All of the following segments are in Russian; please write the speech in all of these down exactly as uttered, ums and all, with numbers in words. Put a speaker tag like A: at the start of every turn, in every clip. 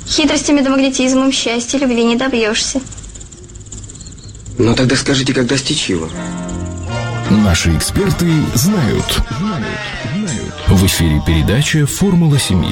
A: Хитростями да магнетизмом счастья, любви не добьешься.
B: Ну тогда скажите, как достичь его?
C: Наши эксперты знают. В эфире передача «Формула семьи».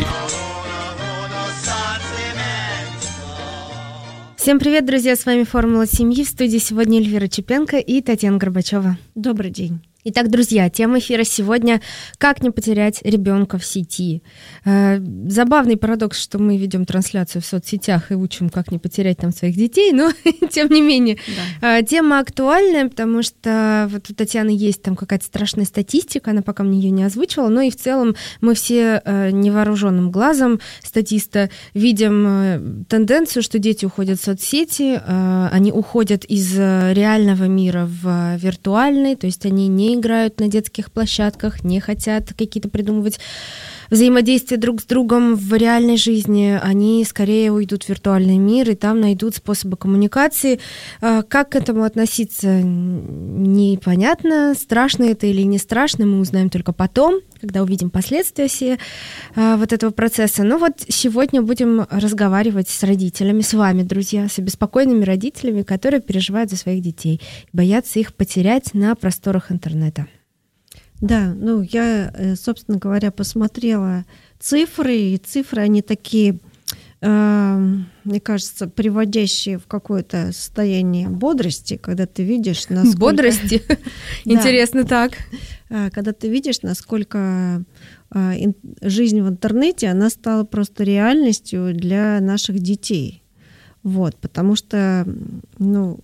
D: Всем привет, друзья! С вами «Формула семьи». В студии сегодня Эльвира Чепенко и Татьяна Горбачева.
E: Добрый день.
D: Итак, друзья, тема эфира сегодня «Как не потерять ребенка в сети». Э, забавный парадокс, что мы ведем трансляцию в соцсетях и учим, как не потерять там своих детей, но тем не менее да. э, тема актуальная, потому что вот у Татьяны есть там какая-то страшная статистика, она пока мне ее не озвучивала, но и в целом мы все э, невооруженным глазом статиста видим э, тенденцию, что дети уходят в соцсети, э, они уходят из реального мира в виртуальный, то есть они не играют на детских площадках, не хотят какие-то придумывать взаимодействия друг с другом в реальной жизни, они скорее уйдут в виртуальный мир и там найдут способы коммуникации. Как к этому относиться, непонятно, страшно это или не страшно, мы узнаем только потом, когда увидим последствия все вот этого процесса. Ну вот сегодня будем разговаривать с родителями, с вами, друзья, с обеспокоенными родителями, которые переживают за своих детей, боятся их потерять на просторах интернета.
E: Да, ну я, собственно говоря, посмотрела цифры, и цифры, они такие, э, мне кажется, приводящие в какое-то состояние бодрости, когда ты видишь, насколько...
D: Бодрости? Интересно так.
E: Когда ты видишь, насколько жизнь в интернете, она стала просто реальностью для наших детей. Вот, потому что, ну...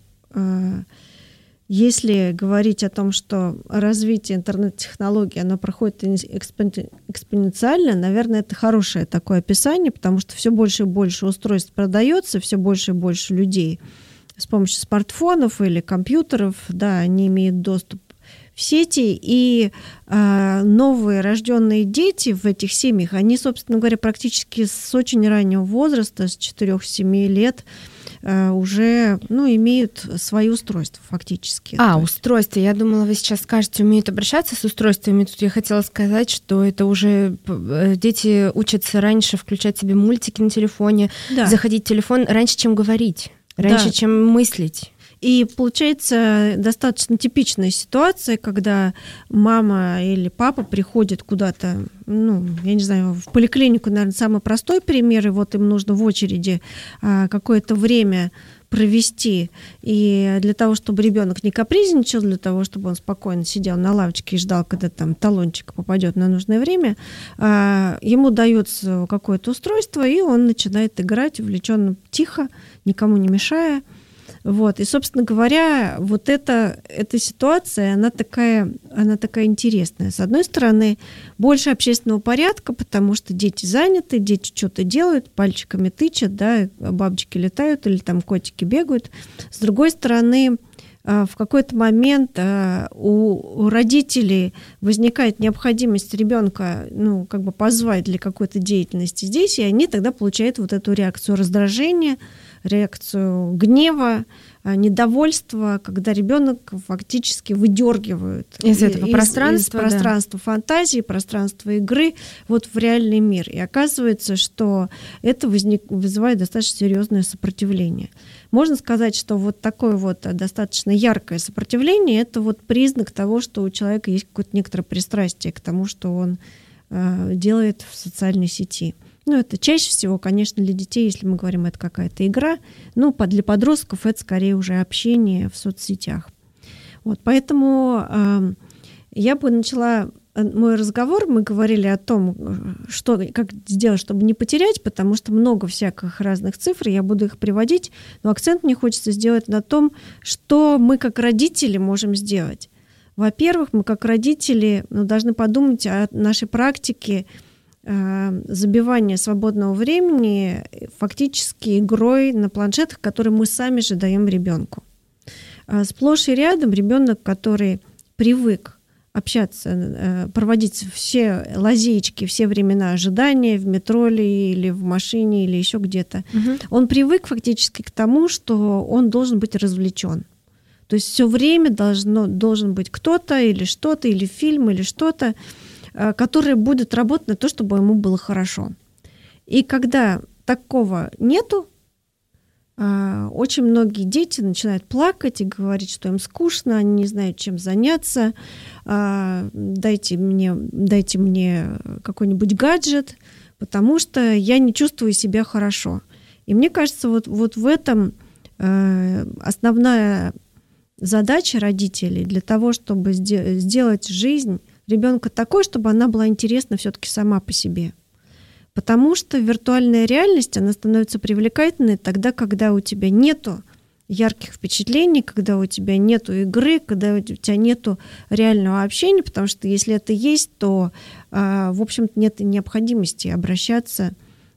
E: Если говорить о том, что развитие интернет-технологий, оно проходит экспоненциально, наверное, это хорошее такое описание, потому что все больше и больше устройств продается, все больше и больше людей с помощью смартфонов или компьютеров, да, они имеют доступ в сети, и э, новые рожденные дети в этих семьях, они, собственно говоря, практически с очень раннего возраста, с четырех-семи лет, уже, ну, имеют свои устройства фактически.
D: А, устройства. Я думала, вы сейчас скажете, умеют обращаться с устройствами. Тут я хотела сказать, что это уже дети учатся раньше включать себе мультики на телефоне, да. заходить в телефон раньше, чем говорить, раньше, да. чем мыслить.
E: И получается достаточно типичная ситуация, когда мама или папа приходят куда-то, ну, я не знаю, в поликлинику, наверное, самый простой пример, и вот им нужно в очереди а, какое-то время провести, и для того, чтобы ребенок не капризничал, для того, чтобы он спокойно сидел на лавочке и ждал, когда там талончик попадет на нужное время, а, ему дается какое-то устройство, и он начинает играть увлеченно, тихо, никому не мешая. Вот. И, собственно говоря, вот эта, эта ситуация, она такая, она такая интересная. С одной стороны, больше общественного порядка, потому что дети заняты, дети что-то делают, пальчиками тычат, да, бабочки летают или там котики бегают. С другой стороны, в какой-то момент у родителей возникает необходимость ребенка, ну, как бы позвать для какой-то деятельности здесь, и они тогда получают вот эту реакцию раздражения, реакцию гнева, недовольства, когда ребенок фактически выдергивает
D: из этого
E: из,
D: пространства,
E: из пространства да. фантазии, пространства игры вот в реальный мир. И оказывается, что это возник, вызывает достаточно серьезное сопротивление. Можно сказать, что вот такое вот достаточно яркое сопротивление – это вот признак того, что у человека есть какое-то некоторое пристрастие к тому, что он э, делает в социальной сети. Ну, это чаще всего, конечно, для детей, если мы говорим, это какая-то игра. Ну, для подростков это скорее уже общение в соцсетях. Вот, поэтому э, я бы начала мой разговор. Мы говорили о том, что, как сделать, чтобы не потерять, потому что много всяких разных цифр, я буду их приводить, но акцент мне хочется сделать на том, что мы как родители можем сделать. Во-первых, мы как родители ну, должны подумать о нашей практике забивание свободного времени фактически игрой на планшетах, которые мы сами же даем ребенку. Сплошь и рядом ребенок, который привык общаться, проводить все лазеечки, все времена ожидания в метро или в машине или еще где-то, угу. он привык фактически к тому, что он должен быть развлечен. То есть все время должно, должен быть кто-то или что-то, или фильм, или что-то, которое будет работать на то, чтобы ему было хорошо. И когда такого нету, очень многие дети начинают плакать и говорить, что им скучно, они не знают, чем заняться, дайте мне, дайте мне какой-нибудь гаджет, потому что я не чувствую себя хорошо. И мне кажется, вот, вот в этом основная задача родителей для того, чтобы сделать жизнь ребенка такой, чтобы она была интересна все-таки сама по себе. Потому что виртуальная реальность, она становится привлекательной тогда, когда у тебя нету ярких впечатлений, когда у тебя нету игры, когда у тебя нету реального общения, потому что если это есть, то, в общем-то, нет необходимости обращаться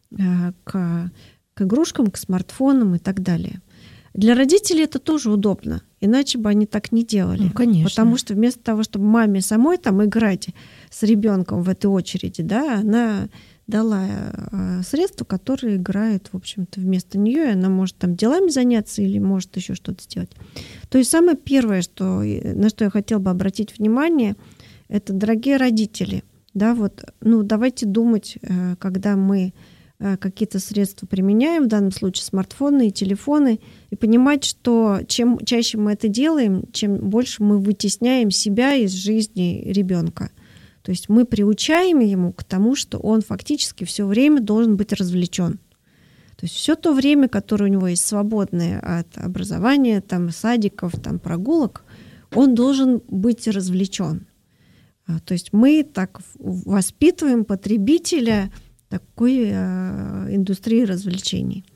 E: к, к игрушкам, к смартфонам и так далее. Для родителей это тоже удобно, иначе бы они так не делали.
D: Ну, конечно.
E: Потому что вместо того, чтобы маме самой там играть с ребенком в этой очереди, да, она дала средства, которые играют, в общем-то, вместо нее, и она может там делами заняться или может еще что-то сделать. То есть самое первое, что, на что я хотела бы обратить внимание, это, дорогие родители, да, вот, ну, давайте думать, когда мы какие-то средства применяем, в данном случае смартфоны и телефоны, и понимать, что чем чаще мы это делаем, чем больше мы вытесняем себя из жизни ребенка. То есть мы приучаем ему к тому, что он фактически все время должен быть развлечен. То есть все то время, которое у него есть свободное от образования, там, садиков, там, прогулок, он должен быть развлечен. То есть мы так воспитываем потребителя такой э, индустрии развлечений.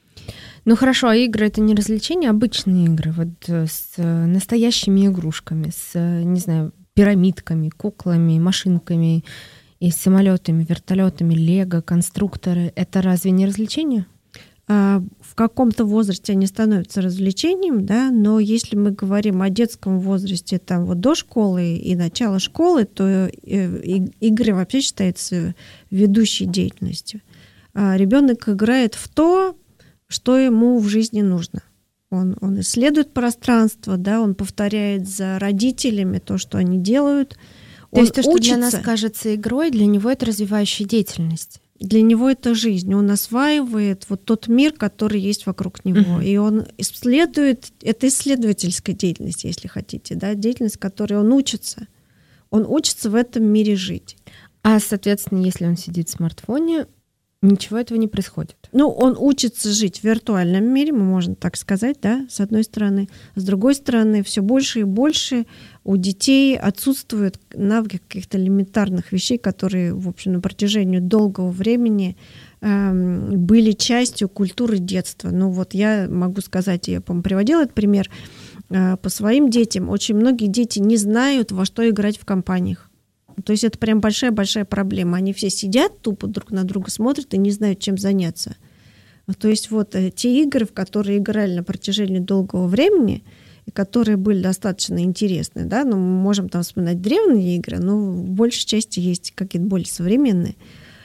D: Ну хорошо, а игры — это не развлечения, а обычные игры, вот с настоящими игрушками, с, не знаю, пирамидками, куклами, машинками и самолетами, вертолетами, лего, конструкторы. Это разве не развлечение?
E: В каком-то возрасте они становятся развлечением, да, но если мы говорим о детском возрасте, там вот до школы и начала школы, то игры вообще считаются ведущей деятельностью. Ребенок играет в то, что ему в жизни нужно. Он, он исследует пространство, да, он повторяет за родителями то, что они делают.
D: То
E: он
D: есть то, что
E: учится.
D: Для нас кажется игрой, для него это развивающая деятельность.
E: Для него это жизнь. Он осваивает вот тот мир, который есть вокруг него. Uh-huh. И он исследует, это исследовательская деятельность, если хотите, да, деятельность, в которой он учится. Он учится в этом мире жить.
D: А, соответственно, если он сидит в смартфоне, ничего этого не происходит.
E: Ну, он учится жить в виртуальном мире, мы можем так сказать, да, с одной стороны. С другой стороны, все больше и больше у детей отсутствуют навыки каких-то элементарных вещей, которые, в общем, на протяжении долгого времени э, были частью культуры детства. Ну, вот я могу сказать, я, по-моему, приводила этот пример э, по своим детям. Очень многие дети не знают, во что играть в компаниях. То есть это прям большая-большая проблема. Они все сидят, тупо друг на друга смотрят и не знают, чем заняться. То есть вот те игры, в которые играли на протяжении долгого времени, и которые были достаточно интересны, да, ну, мы можем там вспоминать древние игры, но в большей части есть какие-то более современные,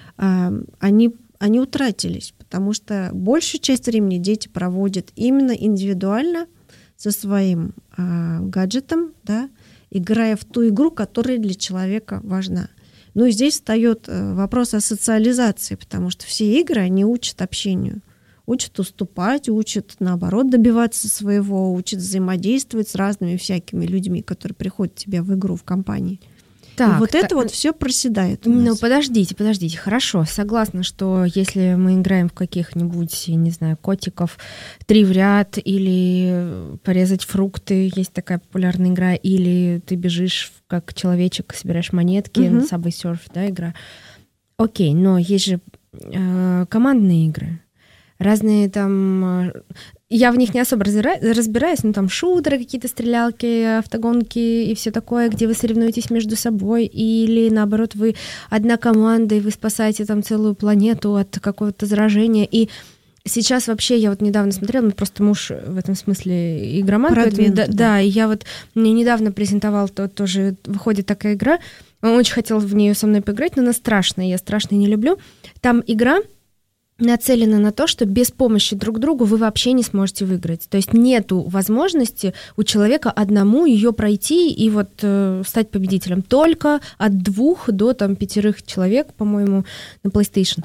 E: они, они утратились, потому что большую часть времени дети проводят именно индивидуально со своим гаджетом, да, играя в ту игру, которая для человека важна. Ну и здесь встает вопрос о социализации, потому что все игры, они учат общению, учат уступать, учат, наоборот, добиваться своего, учат взаимодействовать с разными всякими людьми, которые приходят к тебе в игру, в компании. Так, и вот та... это вот все проседает у нас.
D: Ну, подождите, подождите. Хорошо, согласна, что если мы играем в каких-нибудь, не знаю, котиков, три в ряд, или порезать фрукты, есть такая популярная игра, или ты бежишь как человечек, собираешь монетки, uh-huh. Subway Surf, да, игра. Окей, но есть же э, командные игры. Разные там... Я в них не особо разбираюсь, но там шутеры, какие-то стрелялки, автогонки и все такое, где вы соревнуетесь между собой, или наоборот вы одна команда, и вы спасаете там целую планету от какого-то заражения. И сейчас вообще, я вот недавно смотрела, ну, просто муж в этом смысле игроман, поэтому, да, да. да, и я вот мне недавно презентовал, то, тоже выходит такая игра, он очень хотел в нее со мной поиграть, но она страшная, я страшные не люблю. Там игра нацелена на то, что без помощи друг другу вы вообще не сможете выиграть. То есть нету возможности у человека одному ее пройти и вот э, стать победителем. Только от двух до там, пятерых человек, по-моему, на PlayStation.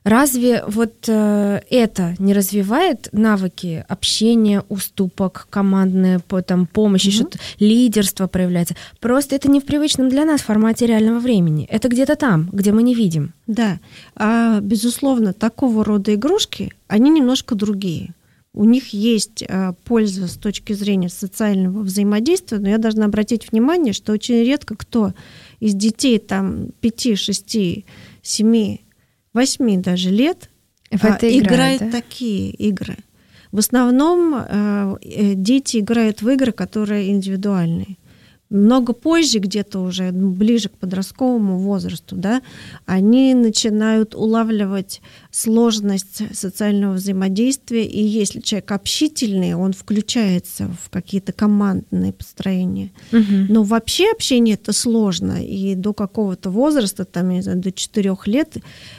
D: Разве вот э, это не развивает навыки общения, уступок, командная по- там, помощь,
E: Мгм.
D: что-то, лидерство проявляется? Просто это не в привычном для нас формате реального времени. Это где-то там, где мы не видим.
E: Да, а, безусловно, такого рода игрушки, они немножко другие. У них есть а, польза с точки зрения социального взаимодействия, но я должна обратить внимание, что очень редко кто из детей там пяти, шести, семи, восьми даже лет
D: В
E: а,
D: это играет,
E: играет
D: да?
E: такие игры. В основном а, э, дети играют в игры, которые индивидуальные. Много позже, где-то уже ближе к подростковому возрасту, да, они начинают улавливать сложность социального взаимодействия, и если человек общительный, он включается в какие-то командные построения.
D: Мгм.
E: Но вообще общение это сложно, и до какого-то возраста, там, я не знаю, до четырех лет,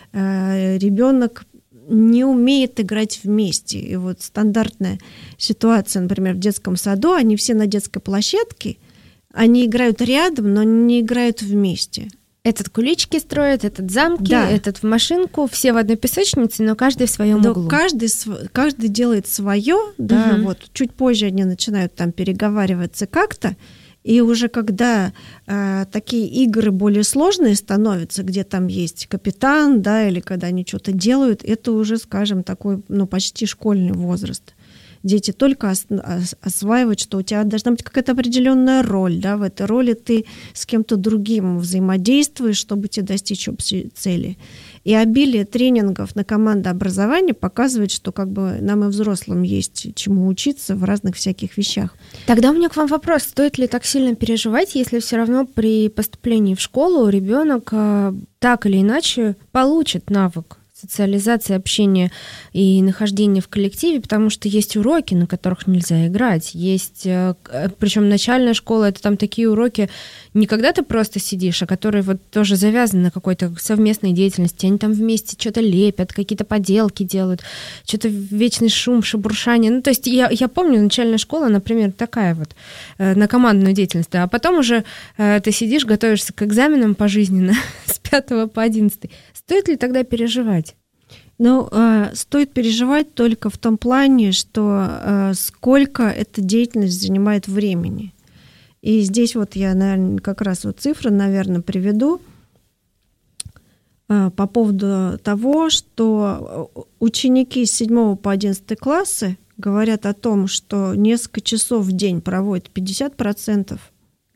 E: э, ребенок не умеет играть вместе. И вот стандартная ситуация, например, в детском саду, они все на детской площадке, они играют рядом, но не играют вместе.
D: Этот кулички строит, этот замки,
E: Да.
D: этот в машинку, все в одной песочнице, но каждый в своем
E: Но
D: углу.
E: каждый, св- каждый делает свое, да,
D: Мгм.
E: вот чуть позже они начинают там переговариваться как-то, и уже когда э, такие игры более сложные становятся, где там есть капитан, да, или когда они что-то делают, это уже, скажем, такой, ну, почти школьный возраст. Дети только ос- ос- осваивают, что у тебя должна быть какая-то определенная роль, да, в этой роли ты с кем-то другим взаимодействуешь, чтобы тебе достичь общей цели. И обилие тренингов на командообразование показывает, что как бы нам и взрослым есть чему учиться в разных всяких вещах.
D: Тогда у меня к вам вопрос, стоит ли так сильно переживать, если все равно при поступлении в школу ребенок э, так или иначе получит навык социализации, общения и нахождения в коллективе, потому что есть уроки, на которых нельзя играть. Есть, причем начальная школа, это там такие уроки, не когда ты просто сидишь, а которые вот тоже завязаны на какой-то совместной деятельности. Они там вместе что-то лепят, какие-то поделки делают, что-то вечный шум, шебуршание. Ну, то есть я, я помню, начальная школа, например, такая вот, на командную деятельность. А потом уже ты сидишь, готовишься к экзаменам пожизненно с пятого по одиннадцатый. Стоит ли тогда переживать?
E: Ну, э, стоит переживать только в том плане, что э, сколько эта деятельность занимает времени. И здесь вот я, наверное, как раз вот цифры, наверное, приведу э, по поводу того, что ученики с седьмого по одиннадцатый классы говорят о том, что несколько часов в день проводят пятьдесят процентов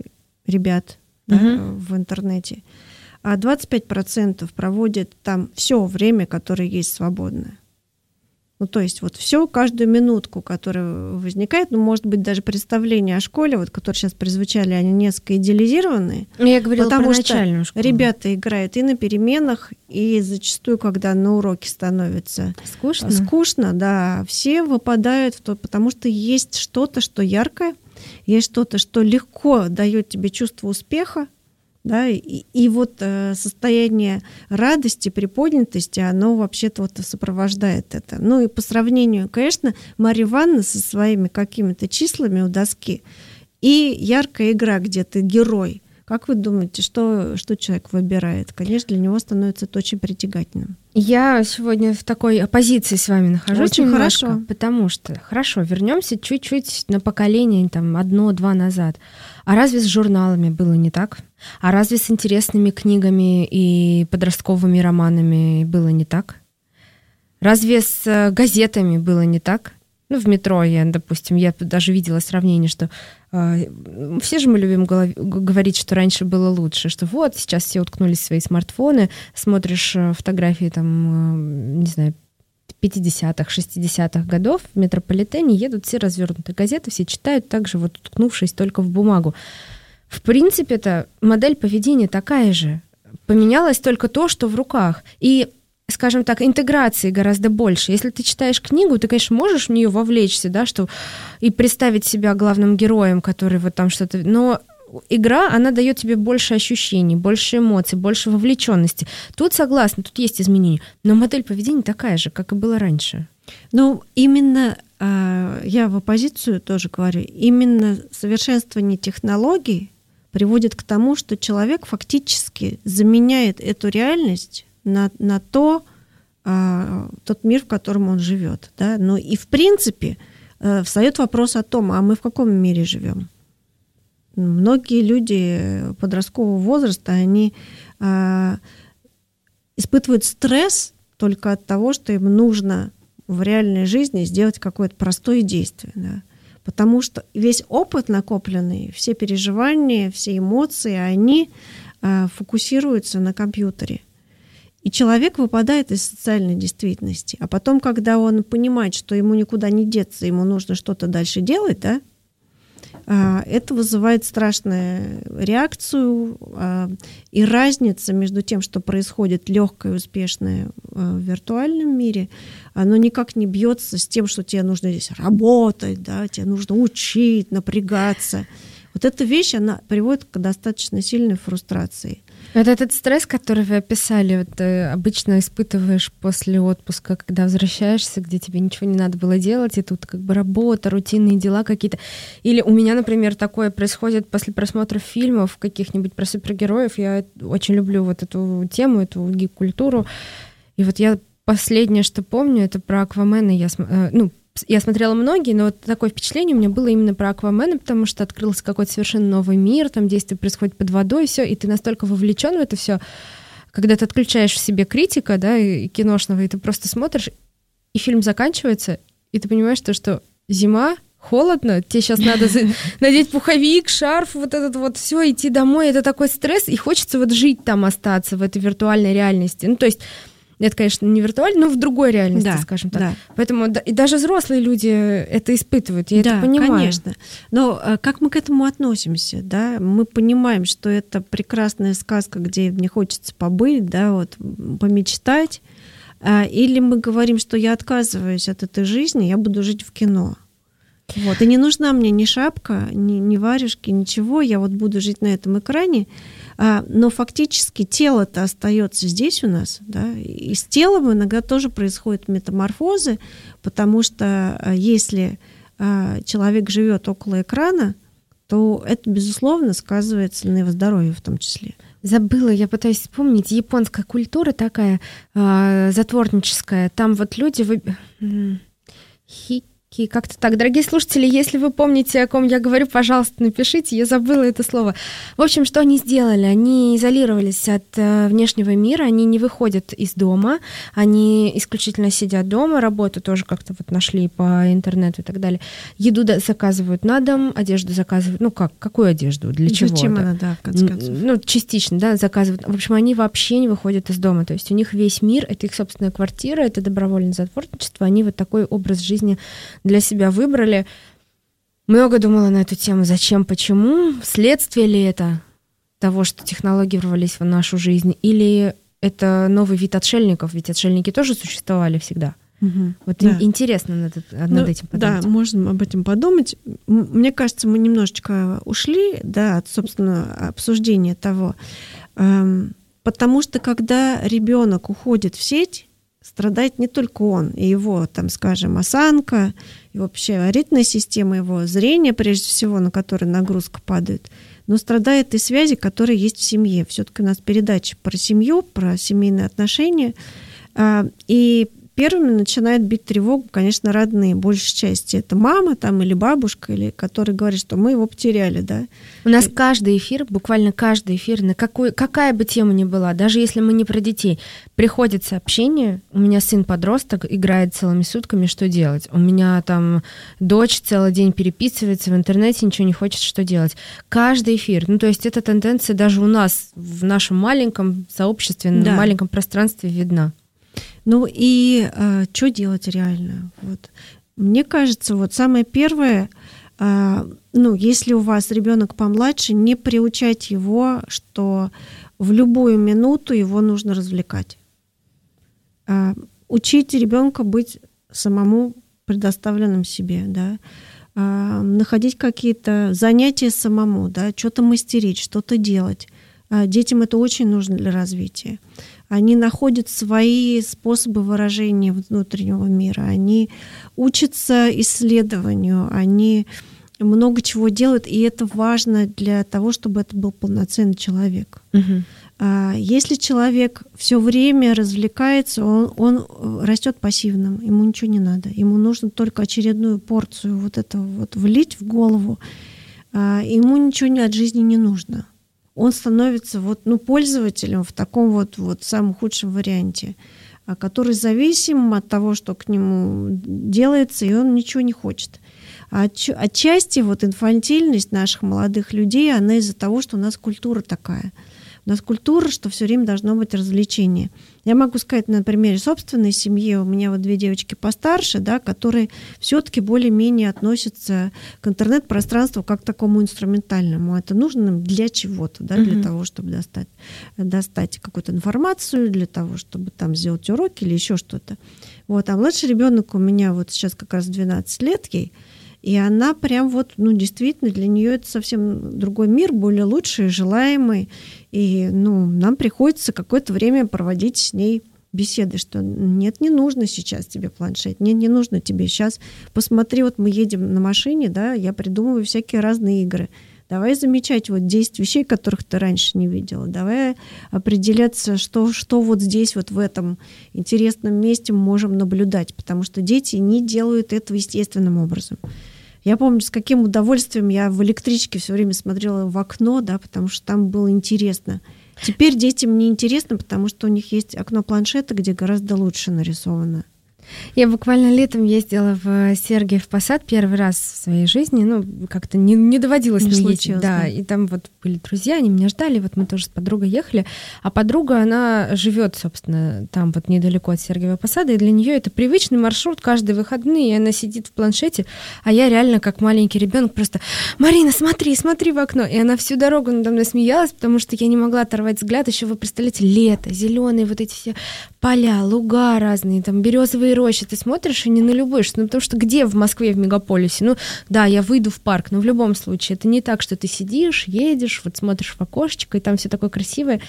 E: ребят, да,
D: Мгм.
E: в интернете, а двадцать пять процентов проводят там все время, которое есть свободное. Ну, то есть вот все, каждую минутку, которая возникает, ну, может быть, даже представления о школе, вот, которые сейчас прозвучали, они несколько идеализированные.
D: Ну, я говорила
E: Потому
D: про
E: что
D: начальную школу.
E: ребята играют и на переменах, и зачастую, когда на уроке становится
D: Скучно?
E: скучно, да, все выпадают в то, потому что есть что-то, что яркое, есть что-то, что легко дает тебе чувство успеха, да, и, и вот э, состояние радости, приподнятости, оно вообще-то вот сопровождает это. Ну и по сравнению, конечно, Марья Ивановна со своими какими-то числами у доски и яркая игра, где ты герой. Как вы думаете, что, что человек выбирает? Конечно, для него становится это очень притягательным.
D: Я сегодня в такой оппозиции с вами нахожусь
E: Очень
D: немножко,
E: хорошо.
D: потому что, хорошо, вернемся чуть-чуть на поколение, там, одно-два назад. А разве с журналами было не так? А разве с интересными книгами и подростковыми романами было не так? Разве с э, газетами было не так? Ну, в метро я, допустим, я даже видела сравнение, что э, все же мы любим голов- г- говорить, что раньше было лучше, что вот сейчас все уткнулись в свои смартфоны, смотришь э, фотографии там, э, не знаю, пятидесятых, шестидесятых годов в метрополитене, едут все развернутые газеты, все читают так же, вот уткнувшись только в бумагу. В принципе, это модель поведения такая же. Поменялось только то, что в руках. И, скажем так, интеграции гораздо больше. Если ты читаешь книгу, ты, конечно, можешь в нее вовлечься, да, что и представить себя главным героем, который вот там что-то... Но игра, она дает тебе больше ощущений, больше эмоций, больше вовлеченности. Тут согласна, тут есть изменения. Но модель поведения такая же, как и была раньше.
E: Ну, именно, э, я в оппозицию тоже говорю, именно совершенствование технологий приводит к тому, что человек фактически заменяет эту реальность на, на то, а, тот мир, в котором он живет. Да? Но и в принципе а, встает вопрос о том, а мы в каком мире живем? Многие люди подросткового возраста, они а, испытывают стресс только от того, что им нужно в реальной жизни сделать какое-то простое действие. Да? Потому что весь опыт накопленный, все переживания, все эмоции, они а, фокусируются на компьютере. И человек выпадает из социальной действительности. А потом, когда он понимает, что ему никуда не деться, ему нужно что-то дальше делать, да, это вызывает страшную реакцию, и разница между тем, что происходит легкое и успешное в виртуальном мире, оно никак не бьется с тем, что тебе нужно здесь работать, да, тебе нужно учить, напрягаться. Вот эта вещь, она приводит к достаточно сильной фрустрации.
D: Вот этот стресс, который вы описали, вот, э, обычно испытываешь после отпуска, когда возвращаешься, где тебе ничего не надо было делать, и тут как бы работа, рутинные дела какие-то. Или у меня, например, такое происходит после просмотра фильмов каких-нибудь про супергероев. Я очень люблю вот эту тему, эту гик-культуру. И вот я последнее, что помню, это про Аквамена. Я, э, ну, я смотрела многие, но вот такое впечатление у меня было именно про Аквамена, потому что открылся какой-то совершенно новый мир, там действие происходит под водой, и все, и ты настолько вовлечен в это все, когда ты отключаешь в себе критика, да, и киношного, и ты просто смотришь, и фильм заканчивается, и ты понимаешь, то, что зима, холодно, тебе сейчас надо надеть пуховик, шарф, вот этот вот все, идти домой, это такой стресс, и хочется вот жить там, остаться в этой виртуальной реальности. Ну, то есть это, конечно, не виртуально, но в другой реальности, да, скажем так. Да. Поэтому да, и даже взрослые люди это испытывают, я да, это понимаю.
E: Конечно. Но как мы к этому относимся? Да? Мы понимаем, что это прекрасная сказка, где мне хочется побыть, да, вот, помечтать. Или мы говорим, что я отказываюсь от этой жизни, я буду жить в кино. Вот. И не нужна мне ни шапка, ни, ни варежки, ничего. Я вот буду жить на этом экране. А, но фактически тело-то остается здесь у нас. Да? И с телом иногда тоже происходят метаморфозы, потому что а, если а, человек живет около экрана, то это, безусловно, сказывается на его здоровье в том числе.
D: Забыла, я пытаюсь вспомнить. Японская культура такая э, затворническая. Там вот люди... Вы... Хи... Как-то так. Дорогие слушатели, если вы помните, о ком я говорю, пожалуйста, напишите. Я забыла это слово. В общем, что они сделали? Они изолировались от э, внешнего мира, они не выходят из дома, они исключительно сидят дома, работу тоже как-то вот нашли по интернету и так далее. Еду заказывают на дом, одежду заказывают. Ну как? Какую одежду? Для чего?
E: Зачем она, да, в конце концов?
D: Ну, частично, да, заказывают. В общем, они вообще не выходят из дома. То есть у них весь мир — это их собственная квартира, это добровольное затворничество. Они вот такой образ жизни для себя выбрали. Много думала на эту тему. Зачем, почему? Следствие ли это того, что технологии ворвались в нашу жизнь? Или это новый вид отшельников? Ведь отшельники тоже существовали всегда. Угу. Вот да. Интересно над, над ну, этим подумать.
E: Да, можно об этом подумать. Мне кажется, мы немножечко ушли, да, от, собственно, обсуждения того. Потому что когда ребенок уходит в сеть, страдает не только он, и его, там, скажем, осанка, и вообще аритная система, его зрение, прежде всего, на которое нагрузка падает, но страдает и связи, которые есть в семье. Все-таки у нас передача про семью, про семейные отношения. И первыми начинают бить тревогу, конечно, родные. Большей части это мама там, или бабушка, или который говорит, что мы его потеряли. Да?
D: У нас каждый эфир, буквально каждый эфир, на какую, какая бы тема ни была, даже если мы не про детей, приходит сообщение, у меня сын-подросток играет целыми сутками, что делать? У меня там дочь целый день переписывается в интернете, ничего не хочет, что делать? Каждый эфир. Ну, то есть эта тенденция даже у нас в нашем маленьком сообществе, да. на маленьком пространстве видна.
E: Ну и э, что делать реально? Вот. Мне кажется, вот самое первое, э, ну, если у вас ребенок помладше, не приучать его, что в любую минуту его нужно развлекать. Э, учить ребенка быть самому предоставленным себе, да? э, находить какие-то занятия самому, да? Что-то мастерить, что-то делать. Э, детям это очень нужно для развития. Они находят свои способы выражения внутреннего мира, они учатся исследованию, они много чего делают, и это важно для того, чтобы это был полноценный человек.
D: Угу.
E: Если человек все время развлекается, он, он растет пассивным, ему ничего не надо. Ему нужно только очередную порцию вот этого вот влить в голову. Ему ничего от жизни не нужно. Он становится вот, ну, пользователем в таком вот, вот самом худшем варианте, который зависим от того, что к нему делается, и он ничего не хочет. А отчасти вот инфантильность наших молодых людей, она из-за того, что у нас культура такая. У нас культура, что все время должно быть развлечение. Я могу сказать на примере собственной семьи. У меня вот две девочки постарше, да, которые все-таки более-менее относятся к интернет-пространству как к такому инструментальному. Это нужно им для чего-то, да, для mm-hmm. того, чтобы достать, достать какую-то информацию, для того, чтобы там сделать уроки или еще что-то. Вот. А младший ребенок у меня вот сейчас как раз двенадцать лет ей. И она прям вот, ну, действительно, для нее это совсем другой мир, более лучший, желаемый. И, ну, нам приходится какое-то время проводить с ней беседы, что нет, не нужно сейчас тебе планшет, нет, не нужно тебе сейчас. Посмотри, вот мы едем на машине, да, я придумываю всякие разные игры. Давай замечать вот десять вещей, которых ты раньше не видела. Давай определяться, что, что вот здесь, вот в этом интересном месте мы можем наблюдать, потому что дети не делают этого естественным образом. Я помню, с каким удовольствием я в электричке все время смотрела в окно, да, потому что там было интересно. Теперь детям не интересно, потому что у них есть окно планшета, где гораздо лучше нарисовано.
D: Я буквально летом ездила в Сергиев Посад первый раз в своей жизни, ну, как-то не, не доводилось
E: не
D: мне ездить. Да, да, и там вот были друзья, они меня ждали, вот мы тоже с подругой ехали, а подруга, она живет, собственно, там вот недалеко от Сергиева Посада, и для нее это привычный маршрут каждые выходные, и она сидит в планшете, а я реально как маленький ребенок просто: Марина, смотри, смотри в окно, и она всю дорогу надо мной смеялась, потому что я не могла оторвать взгляд. Еще вы представляете, лето, зеленые вот эти все поля, луга разные, там березовые рощи, ты смотришь и не налюбуешься, ну потому что где в Москве, в мегаполисе? Ну да, я выйду в парк, но в любом случае это не так, что ты сидишь, едешь, вот смотришь в окошечко, и там все такое красивое.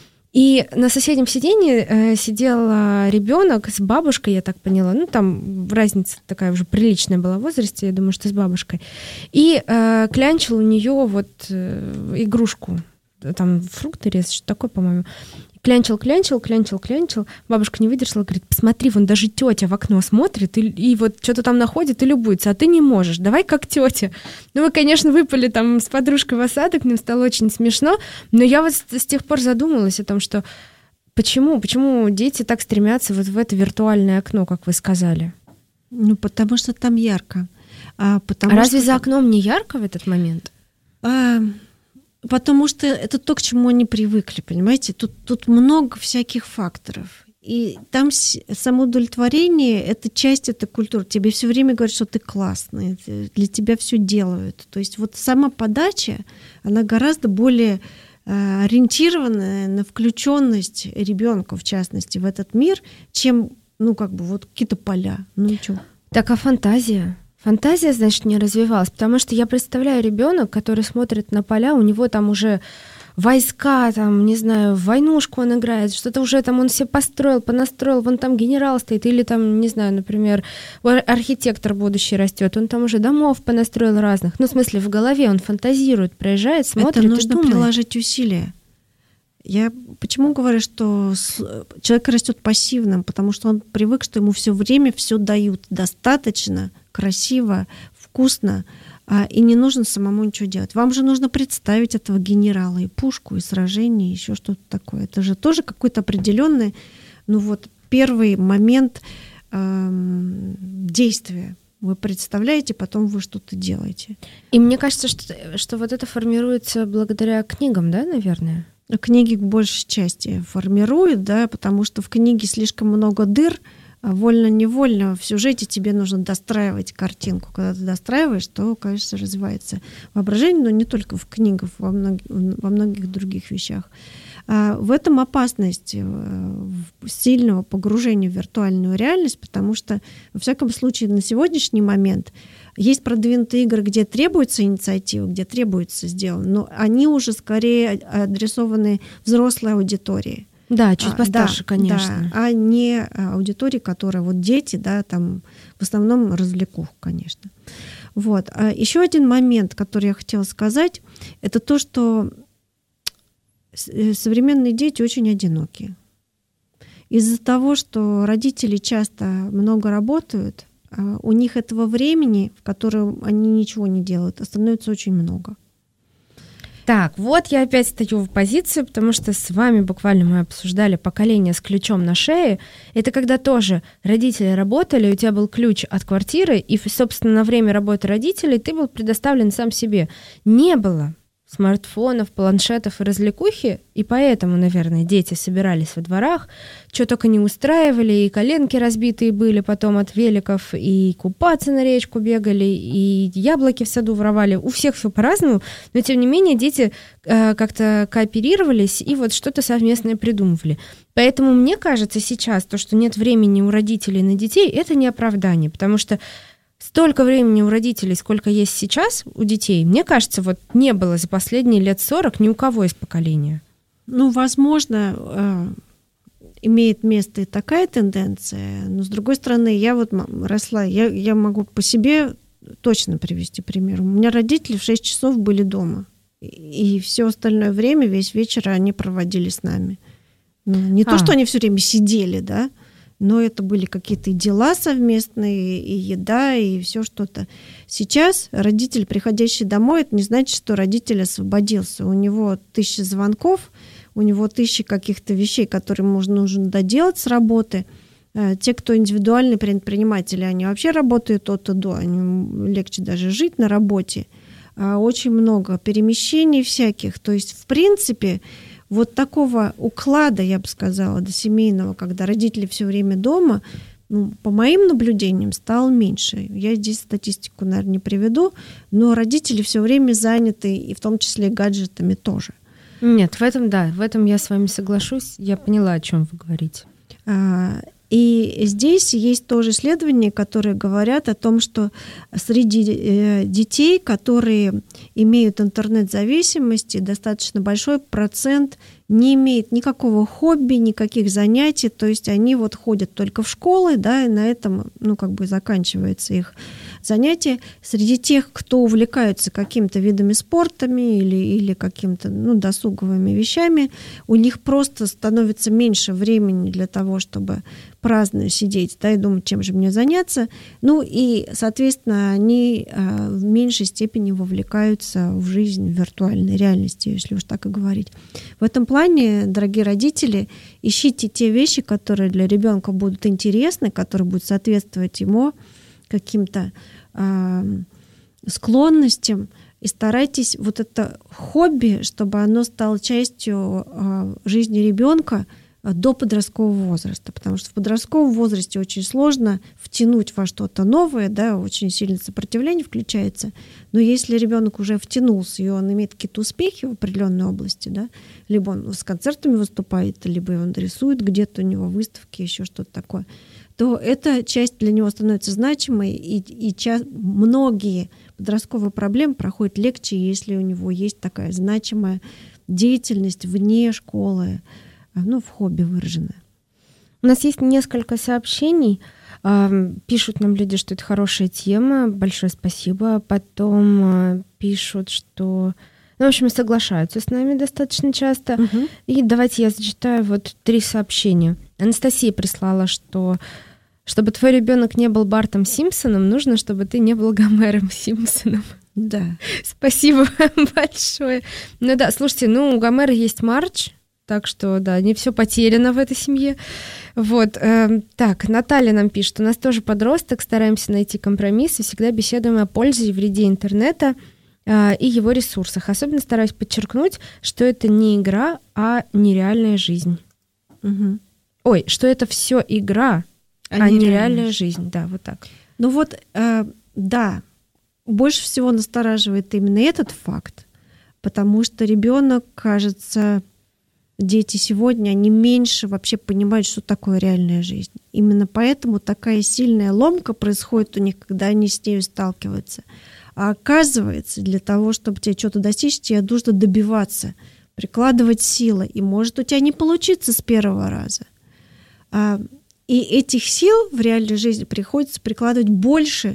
D: И на соседнем сиденье э, сидел ребенок с бабушкой, я так поняла, ну там разница такая уже приличная была в возрасте, я думаю, что с бабушкой, и э, клянчил у нее вот э, игрушку, там фрукты резать, что такое, по-моему. Клянчил, клянчил, клянчил, клянчил. Бабушка не выдержала, говорит: посмотри, вон даже тетя в окно смотрит и, и вот что-то там находит и любуется, а ты не можешь, давай как тетя. Ну, мы, конечно, выпали там с подружкой в осадок, мне стало очень смешно, но я вот с, с тех пор задумалась о том, что почему, почему дети так стремятся вот в это виртуальное окно, как вы сказали?
E: Ну, потому что там ярко. А, потому
D: а разве
E: что...
D: за окном не ярко в этот момент?
E: А... Потому что это то, к чему они привыкли, понимаете? Тут, тут много всяких факторов. И там самоудовлетворение – это часть этой культуры. Тебе все время говорят, что ты классный, для тебя все делают. То есть вот сама подача, она гораздо более э, ориентированная на включенность ребенка, в частности, в этот мир, чем, ну, как бы вот какие-то поля. Ну и чё?
D: Так, а фантазия? Фантазия, значит, не развивалась, потому что я представляю ребенок, который смотрит на поля, у него там уже войска, там, не знаю, в войнушку он играет, что-то уже там он себе построил, понастроил, вон там генерал стоит, или там, не знаю, например, архитектор будущий растет, он там уже домов понастроил разных. Ну, в смысле, в голове он фантазирует, проезжает, смотрит.
E: Это нужно
D: и думает.
E: приложить усилия. Я почему говорю, что человек растет пассивным, потому что он привык, что ему все время все дают достаточно, красиво, вкусно, и не нужно самому ничего делать. Вам же нужно представить этого генерала, и пушку, и сражение, и еще что-то такое. Это же тоже какой-то определенный, ну вот, первый момент эм, действия. Вы представляете, потом вы что-то делаете.
D: И мне кажется, что, что вот это формируется благодаря книгам, да, наверное?
E: Книги к большей части формируют, да, потому что в книге слишком много дыр, а вольно-невольно в сюжете тебе нужно достраивать картинку. Когда ты достраиваешь, то, конечно, развивается воображение, но не только в книгах, во многих, во многих других вещах. А в этом опасность сильного погружения в виртуальную реальность, потому что, во всяком случае, на сегодняшний момент есть продвинутые игры, где требуется инициатива, где требуется сделано, но они уже скорее адресованы взрослой аудитории.
D: Да, чуть постарше,
E: а, да,
D: конечно.
E: Да, а не аудитории, которая вот дети, да, там в основном развлекуху, конечно. Вот. А еще один момент, который я хотела сказать, это то, что современные дети очень одинокие. Из-за того, что родители часто много работают, у них этого времени, в котором они ничего не делают, становится очень много.
D: Так, вот я опять стою в оппозицию, потому что с вами буквально мы обсуждали поколение с ключом на шее. Это когда тоже родители работали, у тебя был ключ от квартиры, и, собственно, на время работы родителей ты был предоставлен сам себе. Не было смартфонов, планшетов и развлекухи, и поэтому, наверное, дети собирались во дворах, что только не устраивали, и коленки разбитые были потом от великов, и купаться на речку бегали, и яблоки в саду воровали. У всех все по-разному, но, тем не менее, дети э, как-то кооперировались и вот что-то совместное придумывали. Поэтому, мне кажется, сейчас то, что нет времени у родителей на детей, это не оправдание, потому что столько времени у родителей, сколько есть сейчас у детей, мне кажется, вот не было за последние лет сорок ни у кого из поколения.
E: Ну, возможно, э, имеет место и такая тенденция, но, с другой стороны, я вот росла, я, я могу по себе точно привести пример. У меня родители в шесть часов были дома, и все остальное время, весь вечер они проводили с нами. Ну, не а. то, что они все время сидели, да, но это были какие-то дела совместные, и еда, и все что-то. Сейчас родитель, приходящий домой, это не значит, что родитель освободился. У него тысячи звонков, у него тысячи каких-то вещей, которые можно, нужно доделать с работы. Те, кто индивидуальные предприниматели, они вообще работают от и до, им легче даже жить на работе. Очень много перемещений всяких. То есть, в принципе, вот такого уклада, я бы сказала, до семейного, когда родители все время дома, ну, по моим наблюдениям, стало меньше. Я здесь статистику, наверное, не приведу, но родители все время заняты, и в том числе гаджетами тоже.
D: Нет, в этом, да, в этом я с вами соглашусь. Я поняла, о чем вы говорите.
E: И здесь есть тоже исследования, которые говорят о том, что среди детей, которые имеют интернет-зависимости, достаточно большой процент не имеет никакого хобби, никаких занятий, то есть они вот ходят только в школы, да, и на этом, ну, как бы заканчивается их занятие. Среди тех, кто увлекаются какими-то видами спортами или, или какими-то, ну, досуговыми вещами, у них просто становится меньше времени для того, чтобы праздно сидеть, да, и думать, чем же мне заняться. Ну, и, соответственно, они э, в меньшей степени вовлекаются в жизнь виртуальной реальности, если уж так и говорить. В этом плане, дорогие родители, ищите те вещи, которые для ребенка будут интересны, которые будут соответствовать ему каким-то э, склонностям, и старайтесь вот это хобби, чтобы оно стало частью э, жизни ребенка до подросткового возраста, потому что в подростковом возрасте очень сложно втянуть во что-то новое, да, очень сильное сопротивление включается, но если ребенок уже втянулся, и он имеет какие-то успехи в определенной области, да, либо он с концертами выступает, либо он рисует где-то, у него выставки, еще что-то такое, то эта часть для него становится значимой, и, и ча- многие подростковые проблемы проходят легче, если у него есть такая значимая деятельность вне школы, ну, в хобби выраженное.
D: У нас есть несколько сообщений. Пишут нам люди, что это хорошая тема. Большое спасибо. Потом пишут, что... Ну, в общем, соглашаются с нами достаточно часто. Угу. И давайте я зачитаю вот три сообщения. Анастасия прислала, что чтобы твой ребенок не был Бартом Симпсоном, нужно, чтобы ты не был Гомером Симпсоном.
E: Да.
D: Спасибо большое. Ну да, слушайте, ну у Гомера есть Мардж, так что, да, не все потеряно в этой семье. Вот. Э, так, Наталья нам пишет, у нас тоже подросток, стараемся найти компромисс и всегда беседуем о пользе и вреде интернета э, и его ресурсах. Особенно стараюсь подчеркнуть, что это не игра, а нереальная жизнь. Угу. Ой, что это все игра, а, а нереальная жизнь. Да, вот так.
E: Ну вот, э, да, больше всего настораживает именно этот факт, потому что ребенок, кажется... Дети сегодня, они меньше вообще понимают, что такое реальная жизнь. Именно поэтому такая сильная ломка происходит у них, когда они с ней сталкиваются. А оказывается, для того, чтобы тебе что-то достичь, тебе нужно добиваться, прикладывать силы. И может у тебя не получиться с первого раза. И этих сил в реальной жизни приходится прикладывать больше,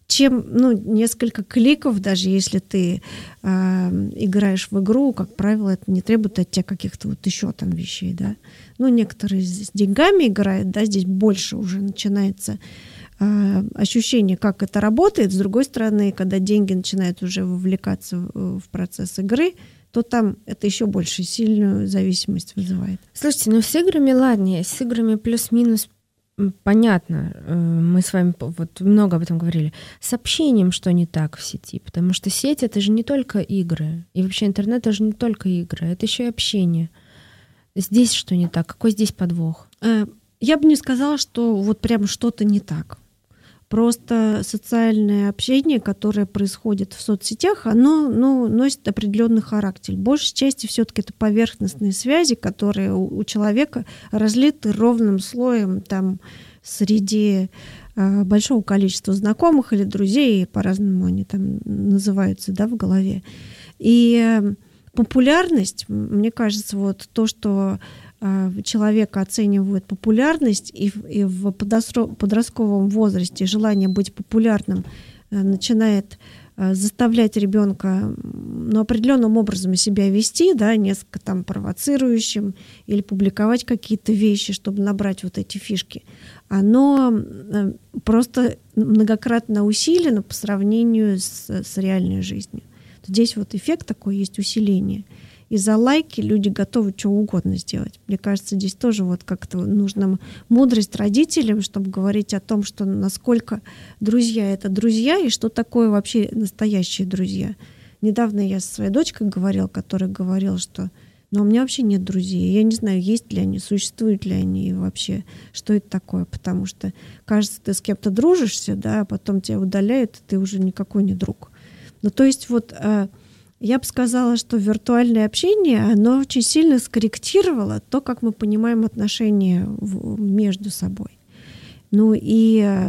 E: чем ну, несколько кликов, даже если ты э, играешь в игру, как правило, это не требует от тебя каких-то вот еще там вещей, да. Ну, некоторые с деньгами играют, да, здесь больше уже начинается э, ощущение, как это работает. С другой стороны, когда деньги начинают уже вовлекаться в, в процесс игры, то там это еще больше сильную зависимость вызывает.
D: Слушайте, ну с играми, ладно, с играми плюс-минус понятно, мы с вами вот много об этом говорили. С общением что не так в сети? Потому что сеть — это же не только игры. И вообще интернет — это же не только игры, это еще и общение. Здесь что не так? Какой здесь подвох?
E: Я бы не сказала, что вот прям что-то не так. Просто социальное общение, которое происходит в соцсетях, оно ну, носит определенный характер. Большей части все-таки это поверхностные связи, которые у, у человека разлиты ровным слоем там, среди э, большого количества знакомых или друзей, по-разному они там называются, да, в голове. И э, популярность, мне кажется, вот то, что человека оценивают популярность, и в, и в подростковом возрасте желание быть популярным начинает заставлять ребенка ну, определенным образом себя вести, да, несколько там провоцирующим или публиковать какие-то вещи, чтобы набрать вот эти фишки, оно просто многократно усилено по сравнению с, с реальной жизнью. Здесь вот эффект такой есть, усиление. И за лайки люди готовы что угодно сделать. Мне кажется, здесь тоже вот как-то нужна мудрость родителям, чтобы говорить о том, что насколько друзья — это друзья, и что такое вообще настоящие друзья. Недавно я со своей дочкой говорила, которая говорила, что ну, у меня вообще нет друзей. Я не знаю, есть ли они, существуют ли они и вообще, что это такое. Потому что, кажется, ты с кем-то дружишься, да, а потом тебя удаляют, и ты уже никакой не друг. Ну, то есть вот... Я бы сказала, что виртуальное общение, оно очень сильно скорректировало то, как мы понимаем отношения в, между собой. Ну и э,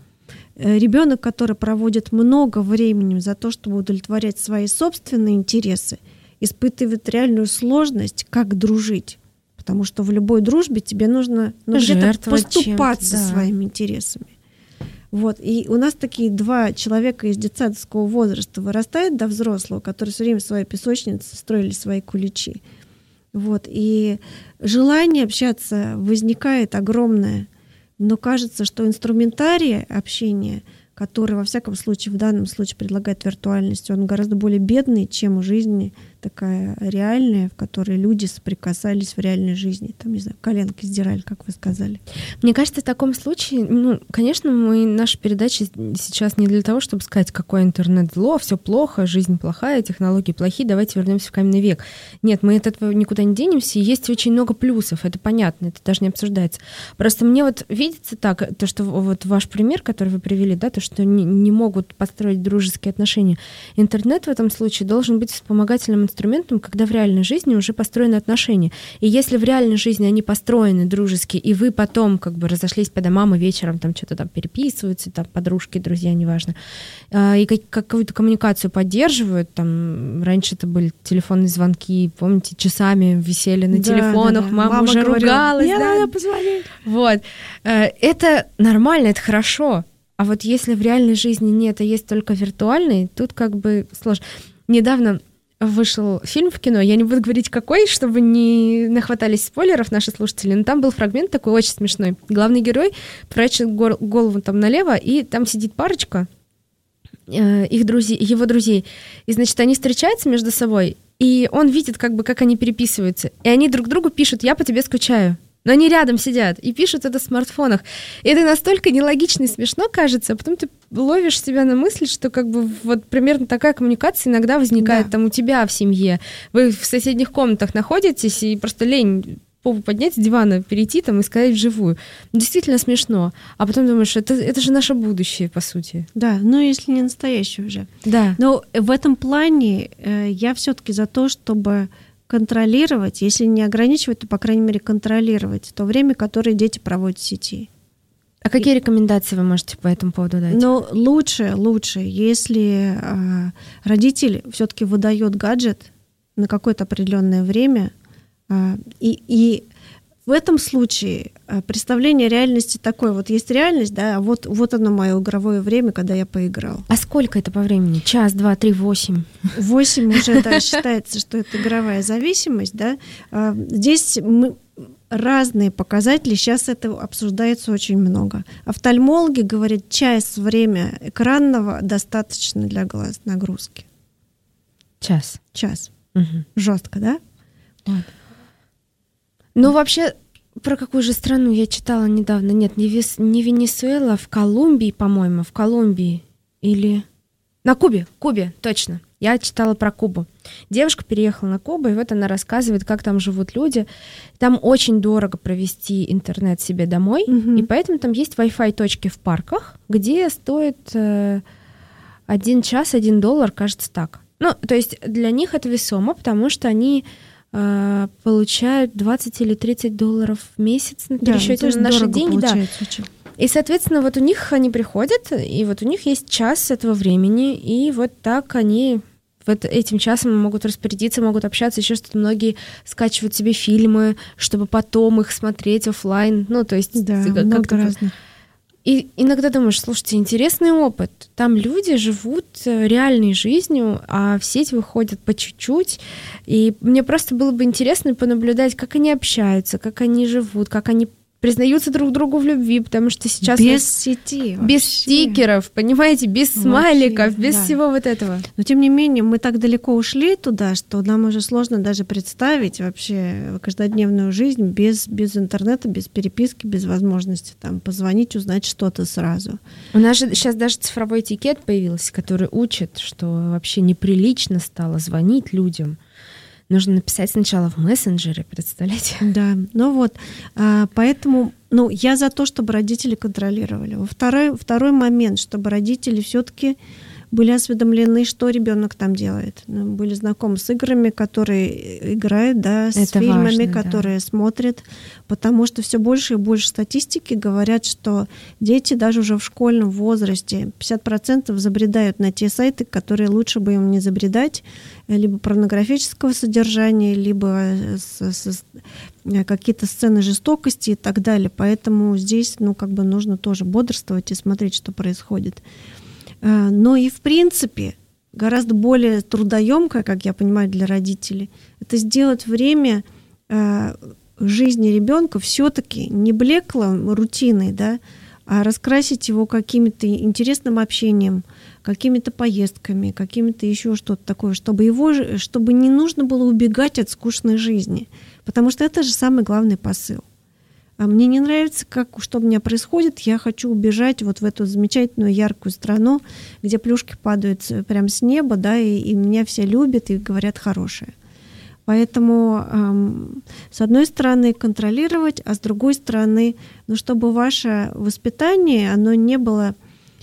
E: ребенок, который проводит много времени за то, чтобы удовлетворять свои собственные интересы, испытывает реальную сложность, как дружить. Потому что в любой дружбе тебе нужно ну, где-то поступаться да. своими интересами. Вот. И у нас такие два человека из детсадовского возраста вырастают до взрослого, которые все время в своей песочнице строили свои куличи. Вот. И желание общаться возникает огромное, но кажется, что инструментарий общения, который, во всяком случае, в данном случае предлагает виртуальность, он гораздо более бедный, чем у жизни такая реальная, в которой люди соприкасались в реальной жизни. Там, не знаю, коленки сдирали, как вы сказали.
D: Мне кажется, в таком случае, ну, конечно, мы, наша передача сейчас не для того, чтобы сказать, какой интернет зло, все плохо, жизнь плохая, технологии плохие, давайте вернемся в каменный век. Нет, мы от этого никуда не денемся, и есть очень много плюсов, это понятно, это даже не обсуждается. Просто мне вот видится так, то, что вот ваш пример, который вы привели, да, то, что не, не могут построить дружеские отношения. Интернет в этом случае должен быть вспомогательным инструментом, когда в реальной жизни уже построены отношения. И если в реальной жизни они построены дружески, и вы потом как бы разошлись по домам и вечером там что-то там переписываются, там подружки, друзья, неважно, и какую-то коммуникацию поддерживают, там раньше это были телефонные звонки, помните, часами висели на да, телефонах, да, да. Мама, Мама уже говорила, ругалась. Я да? надо позвонить. Вот. Это нормально, это хорошо. А вот если в реальной жизни нет, а есть только виртуальный, тут как бы сложно. Недавно вышел фильм в кино, я не буду говорить какой, чтобы не нахватались спойлеров наши слушатели, но там был фрагмент такой очень смешной. Главный герой прячет голову там налево, и там сидит парочка, э, их друзей, его друзей, и, значит, они встречаются между собой, и он видит, как бы, как они переписываются, и они друг другу пишут: «Я по тебе скучаю». Но они рядом сидят и пишут это в смартфонах. И это настолько нелогично и смешно кажется, а потом ты ловишь себя на мысли, что как бы вот примерно такая коммуникация иногда возникает да. там у тебя в семье. Вы в соседних комнатах находитесь, и просто лень попу поднять с дивана, перейти там и сказать вживую. Действительно смешно. А потом думаешь, это, это же наше будущее, по сути.
E: Да, ну если не настоящее уже.
D: Да.
E: Но в этом плане э, я все-таки за то, чтобы контролировать, если не ограничивать, то, по крайней мере, контролировать то время, которое дети проводят в сети.
D: А какие И... рекомендации вы можете по этому поводу дать?
E: Ну, лучше, лучше, если э, родитель все-таки выдает гаджет на какое-то определенное время, э, и, и в этом случае представление реальности такое. Вот есть реальность, да, а вот, вот оно мое игровое время, когда я поиграл.
D: А сколько это по времени? Час, два, три, восемь?
E: Восемь уже, да, считается, что это игровая зависимость, да. Здесь мы... разные показатели, сейчас это обсуждается очень много. Офтальмологи говорят, час время экранного достаточно для глаз нагрузки.
D: Час.
E: Час.
D: Угу.
E: Жестко, да? Вот.
D: Ну, вообще, про какую же страну я читала недавно? Нет, не, Вес... не Венесуэла, в Колумбии, по-моему, в Колумбии. Или... На Кубе, Кубе, точно. Я читала про Кубу. Девушка переехала на Кубу, и вот она рассказывает, как там живут люди. Там очень дорого провести интернет себе домой, mm-hmm. и поэтому там есть Wi-Fi точки в парках, где стоит э, один час, один доллар, кажется, так. Ну, то есть для них это весомо, потому что они э, получают двадцать или тридцать долларов в месяц на пересчете
E: да,
D: на наши деньги. Да.
E: Очень.
D: И, соответственно, вот у них они приходят, и вот у них есть час этого времени, и вот так они вот этим часом могут распорядиться, могут общаться, еще что-то. Многие скачивают себе фильмы, чтобы потом их смотреть офлайн. Ну, то есть
E: да,
D: как-
E: много
D: как-то...
E: разных.
D: И иногда думаешь, слушайте, интересный опыт. Там люди живут реальной жизнью, а в сеть выходят по чуть-чуть. И мне просто было бы интересно понаблюдать, как они общаются, как они живут, как они признаются друг другу в любви, потому что сейчас...
E: Без сети.
D: Без
E: вообще.
D: стикеров, понимаете, без
E: Вообще,
D: смайликов, без
E: да.
D: всего вот этого.
E: Но, тем не менее, мы так далеко ушли туда, что нам уже сложно даже представить вообще каждодневную жизнь без, без интернета, без переписки, без возможности там позвонить, узнать что-то сразу.
D: У нас же сейчас даже цифровой этикет появился, который учит, что вообще неприлично стало звонить людям. Нужно написать сначала в мессенджере, представляете?
E: Да, ну вот, а, поэтому, ну, я за то, чтобы родители контролировали. Второй, второй момент, чтобы родители все-таки были осведомлены, что ребенок там делает. Ну, были знакомы с играми, которые играют, да, с
D: Это
E: фильмами,
D: важно,
E: которые
D: да.
E: смотрят, потому что все больше и больше статистики говорят, что дети даже уже в школьном возрасте пятьдесят процентов забредают на те сайты, которые лучше бы им не забредать, либо порнографического содержания, либо с, с, какие-то сцены жестокости и так далее. Поэтому здесь, ну, как бы нужно тоже бодрствовать и смотреть, что происходит. Но и в принципе гораздо более трудоемкое, как я понимаю, для родителей, это сделать время жизни ребенка все-таки не блеклым, рутиной, да, а раскрасить его каким-то интересным общением, какими-то поездками, какими-то еще что-то такое, чтобы его, чтобы не нужно было убегать от скучной жизни, потому что это же самый главный посыл. А мне не нравится, как, что у меня происходит. Я хочу убежать вот в эту замечательную яркую страну, где плюшки падают прямо с неба, да, и, и меня все любят и говорят хорошее. Поэтому, эм, с одной стороны, контролировать, а с другой стороны, ну, чтобы ваше воспитание, оно не было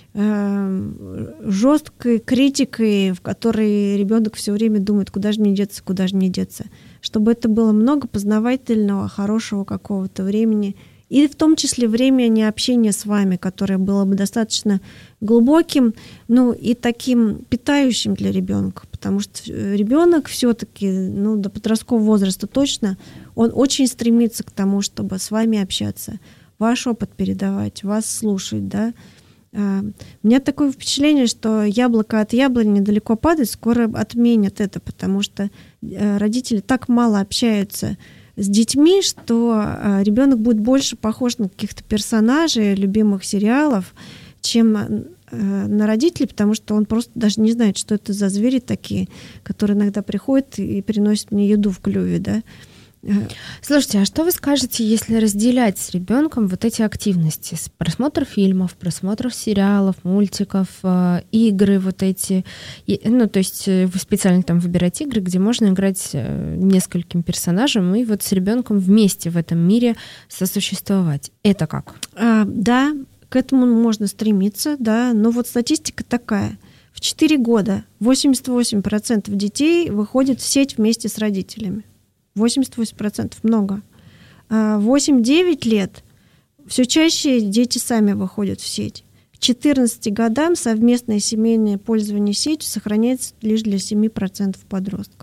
E: э, жесткой критикой, в которой ребенок все время думает, куда же мне деться, куда же мне деться. Чтобы это было много познавательного, хорошего какого-то времени, и в том числе времени общения с вами, которое было бы достаточно глубоким, ну и таким питающим для ребенка, потому что ребенок все-таки, ну, до подросткового возраста точно, он очень стремится к тому, чтобы с вами общаться, ваш опыт передавать, вас слушать, да. У меня такое впечатление, что яблоко от яблони недалеко падает, скоро отменят это, потому что родители так мало общаются с детьми, что ребенок будет больше похож на каких-то персонажей любимых сериалов, чем на родителей, потому что он просто даже не знает, что это за звери такие, которые иногда приходят и приносят мне еду в клюве, да.
D: Слушайте, а что вы скажете, если разделять с ребенком вот эти активности? Просмотр фильмов, просмотр сериалов, мультиков, э, игры вот эти. И, ну, то есть вы специально там выбираете игры, где можно играть э, нескольким персонажам и вот с ребенком вместе в этом мире сосуществовать. Это как?
E: А, да, к этому можно стремиться, да, но вот статистика такая. В четыре года восемьдесят восемь процентов детей выходят в сеть вместе с родителями. восемьдесят восемь процентов много. восемь-девять лет все чаще дети сами выходят в сеть. К четырнадцати годам совместное семейное пользование сетью сохраняется лишь для семь процентов подростков.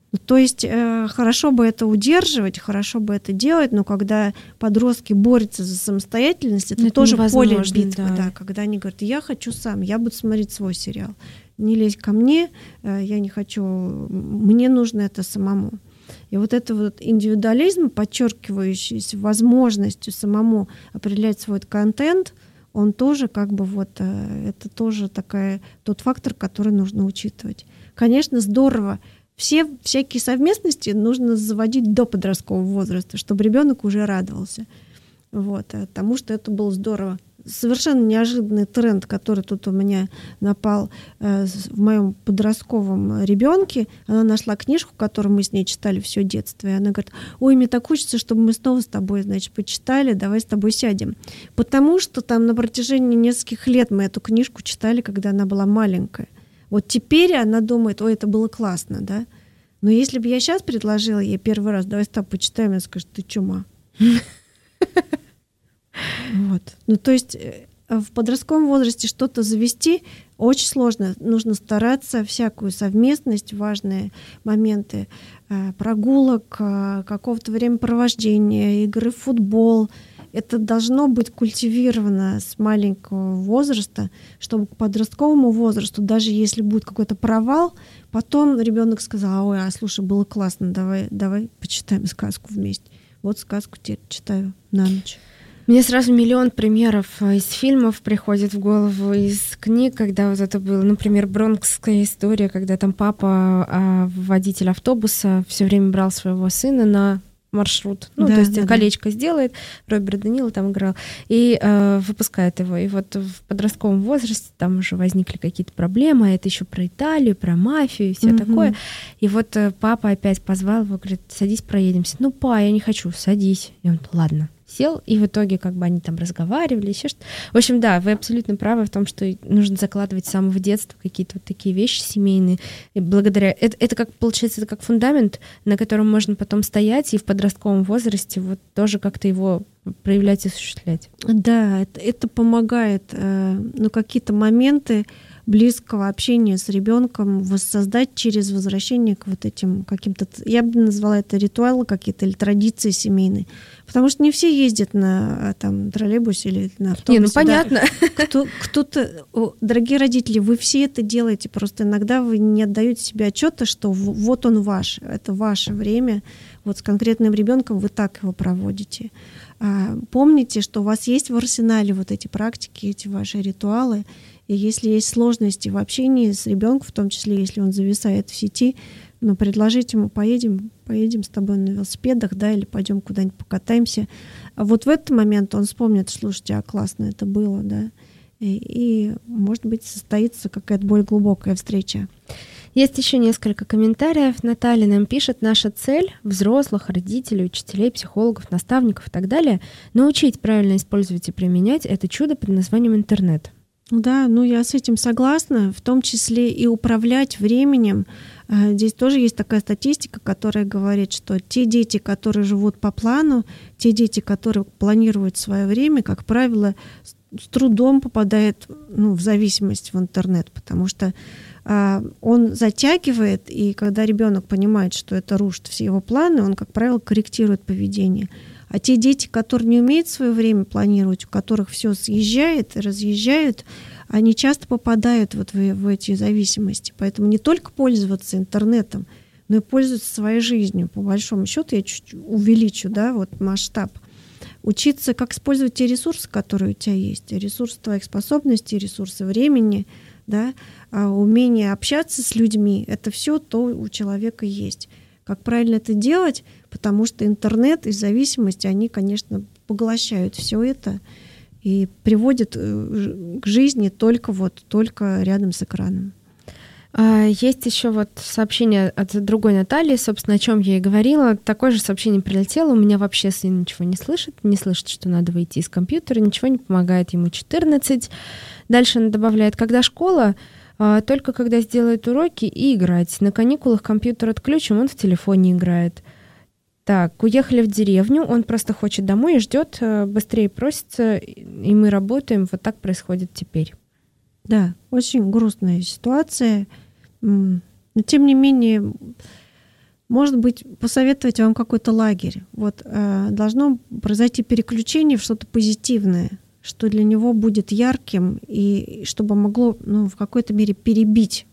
E: То есть э, хорошо бы это удерживать, хорошо бы это делать, но когда подростки борются за самостоятельность, это, это тоже поле битвы, да. Да, когда они говорят, я хочу сам, я буду смотреть свой сериал. Не лезь ко мне, э, я не хочу, мне нужно это самому. И вот это вот индивидуализм, подчеркивающийся возможностью самому определять свой контент, он тоже как бы вот, э, это тоже такая, тот фактор, который нужно учитывать. Конечно, здорово. Все всякие совместности нужно заводить до подросткового возраста, чтобы ребенок уже радовался. Вот, потому что это было здорово. Совершенно неожиданный тренд, который тут у меня напал э, в моем подростковом ребенке. Она нашла книжку, которую мы с ней читали все детство. И она говорит, ой, мне так хочется, чтобы мы снова с тобой, значит, почитали, давай с тобой сядем. Потому что там на протяжении нескольких лет мы эту книжку читали, когда она была маленькая. Вот теперь она думает, ой, это было классно, да? Но если бы я сейчас предложила ей первый раз, давай с тобой почитаем, она скажет, ты чё, ма? Вот. Ну, то есть в подростковом возрасте что-то завести очень сложно. Нужно стараться всякую совместность, важные моменты прогулок, какого-то времяпровождения, игры в футбол. Это должно быть культивировано с маленького возраста, чтобы к подростковому возрасту, даже если будет какой-то провал, потом ребенок сказал, ой, а слушай, было классно, давай, давай почитаем сказку вместе. Вот сказку теперь читаю на ночь.
D: Мне сразу миллион примеров из фильмов приходит в голову, из книг, когда вот это было, например, бронкская история, когда там папа, водитель автобуса, все время брал своего сына на маршрут, ну, да, то есть да, колечко да. сделает, Роберт Де Ниро там играл, и э, выпускает его. И вот в подростковом возрасте там уже возникли какие-то проблемы, а это еще про Италию, про мафию и все mm-hmm. такое. И вот э, папа опять позвал его, говорит, садись, проедемся. Ну, па, я не хочу, садись. И он, ладно. Сел, и в итоге как бы они там разговаривали, еще что-то. В общем, да, вы абсолютно правы в том, что нужно закладывать с самого детства какие-то вот такие вещи семейные. И благодаря... Это, это как, получается, это как фундамент, на котором можно потом стоять, и в подростковом возрасте вот тоже как-то его проявлять и осуществлять.
E: Да, это, это помогает, э, ну, какие-то моменты близкого общения с ребенком воссоздать через возвращение к вот этим каким-то, я бы назвала это ритуалы какие-то или традиции семейные, потому что не все ездят на там троллейбусе или на автобусе.
D: Не, ну понятно.
E: Да. Кто, кто-то, дорогие родители, вы все это делаете, просто иногда вы не отдаете себе отчета, что вот он ваш, это ваше время, вот с конкретным ребенком вы так его проводите. Помните, что у вас есть в арсенале вот эти практики, эти ваши ритуалы. И если есть сложности в общении с ребенком, в том числе, если он зависает в сети, ну, предложить ему, поедем, поедем с тобой на велосипедах, да, или пойдем куда-нибудь покатаемся. А вот в этот момент он вспомнит, слушайте, а классно это было, да. И, и может быть, состоится какая-то более глубокая встреча.
D: Есть еще несколько комментариев. Наталья нам пишет, наша цель взрослых, родителей, учителей, психологов, наставников и так далее научить правильно использовать и применять это чудо под названием интернет.
E: Да, ну я с этим согласна, в том числе и управлять временем. Здесь тоже есть такая статистика, которая говорит, что те дети, которые живут по плану, те дети, которые планируют свое время, как правило, с трудом попадают, ну, в зависимость в интернет, потому что а, он затягивает, и когда ребенок понимает, что это рушит все его планы, он, как правило, корректирует поведение. А те дети, которые не умеют свое время планировать, у которых все съезжает, разъезжают, они часто попадают вот в, в эти зависимости. Поэтому не только пользоваться интернетом, но и пользоваться своей жизнью. По большому счету я чуть увеличу, да, вот масштаб. Учиться, как использовать те ресурсы, которые у тебя есть, ресурсы твоих способностей, ресурсы времени, да, а умение общаться с людьми, это все то у человека есть. Как правильно это делать, потому что интернет и зависимость, они, конечно, поглощают все это и приводят к жизни только, вот, только рядом с экраном.
D: Есть еще вот сообщение от другой Натальи, собственно, о чем я и говорила. Такое же сообщение прилетело. У меня вообще сын ничего не слышит, не слышит, что надо выйти из компьютера, ничего не помогает, ему четырнадцать. Дальше она добавляет, когда школа, только когда сделает уроки и играть. На каникулах компьютер отключим, он в телефоне играет. Так, уехали в деревню, он просто хочет домой и ждет, быстрее просится, и мы работаем. Вот так происходит теперь.
E: Да, очень грустная ситуация. Но тем не менее, может быть, посоветовать вам какой-то лагерь. Вот э, должно произойти переключение в что-то позитивное, что для него будет ярким и чтобы могло, ну, в какой-то мере перебить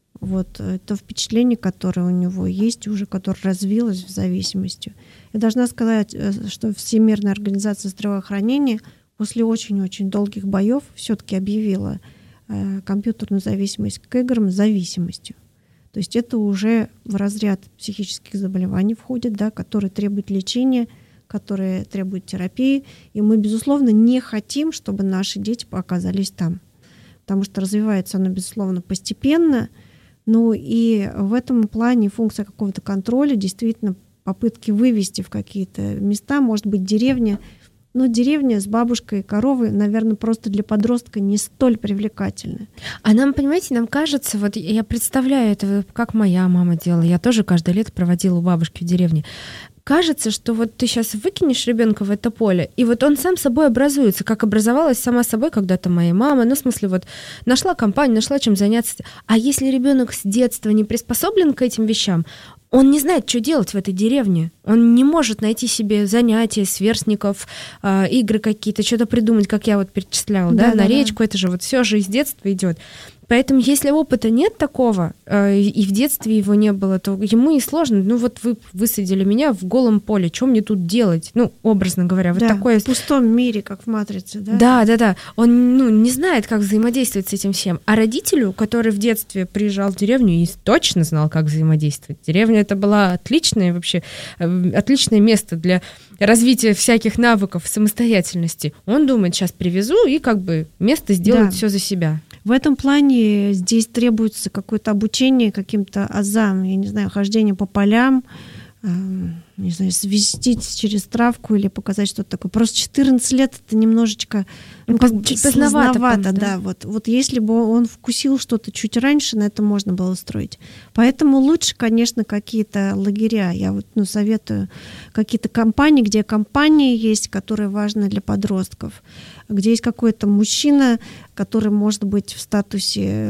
E: вот то впечатление, которое у него есть, уже которое развилось в зависимости. Я должна сказать, что Всемирная организация здравоохранения после очень-очень долгих боев все-таки объявила э, компьютерную зависимость к играм зависимостью. То есть это уже в разряд психических заболеваний входит, да, которые требуют лечения, которые требуют терапии. И мы, безусловно, не хотим, чтобы наши дети оказались там. Потому что развивается оно, безусловно, постепенно. Ну и в этом плане функция какого-то контроля, действительно, попытки вывести в какие-то места, может быть, деревня. Но деревня с бабушкой и коровой, наверное, просто для подростка не столь привлекательна.
D: А нам, понимаете, нам кажется, вот я представляю это, как моя мама делала. Я тоже каждое лето проводила у бабушки в деревне. Кажется, что вот ты сейчас выкинешь ребенка в это поле, и вот он сам собой образуется, как образовалась сама собой когда-то моя мама. Ну, в смысле, вот нашла компанию, нашла чем заняться. А если ребенок с детства не приспособлен к этим вещам, он не знает, что делать в этой деревне. Он не может найти себе занятия, сверстников, э, игры какие-то, что-то придумать, как я вот перечисляла, да, да, на да, речку. Да. Это же вот все же из детства идет. Поэтому, если опыта нет такого, э, и в детстве его не было, то ему и сложно. Ну вот вы высадили меня в голом поле, что мне тут делать? Ну, образно говоря, вот
E: да,
D: такое...
E: в пустом мире, как в «Матрице», да?
D: Да, да, да. Он, ну, не знает, как взаимодействовать с этим всем. А родителю, который в детстве приезжал в деревню и точно знал, как взаимодействовать. Деревня — это была отличное вообще, отличное место для развития всяких навыков самостоятельности. Он думает, сейчас привезу и как бы место сделает да. все за себя.
E: В этом плане здесь требуется какое-то обучение каким-то азам, я не знаю, хождение по полям, э, не знаю, свистеть через травку или показать что-то такое. Просто четырнадцать лет это немножечко ну, как
D: чуть поздновато,
E: поздновато, да. да. Вот, вот если бы он вкусил что-то чуть раньше, на это можно было устроить. Поэтому лучше, конечно, какие-то лагеря. Я вот ну, советую какие-то компании, где компании есть, которые важны для подростков, где есть какой-то мужчина, который может быть в статусе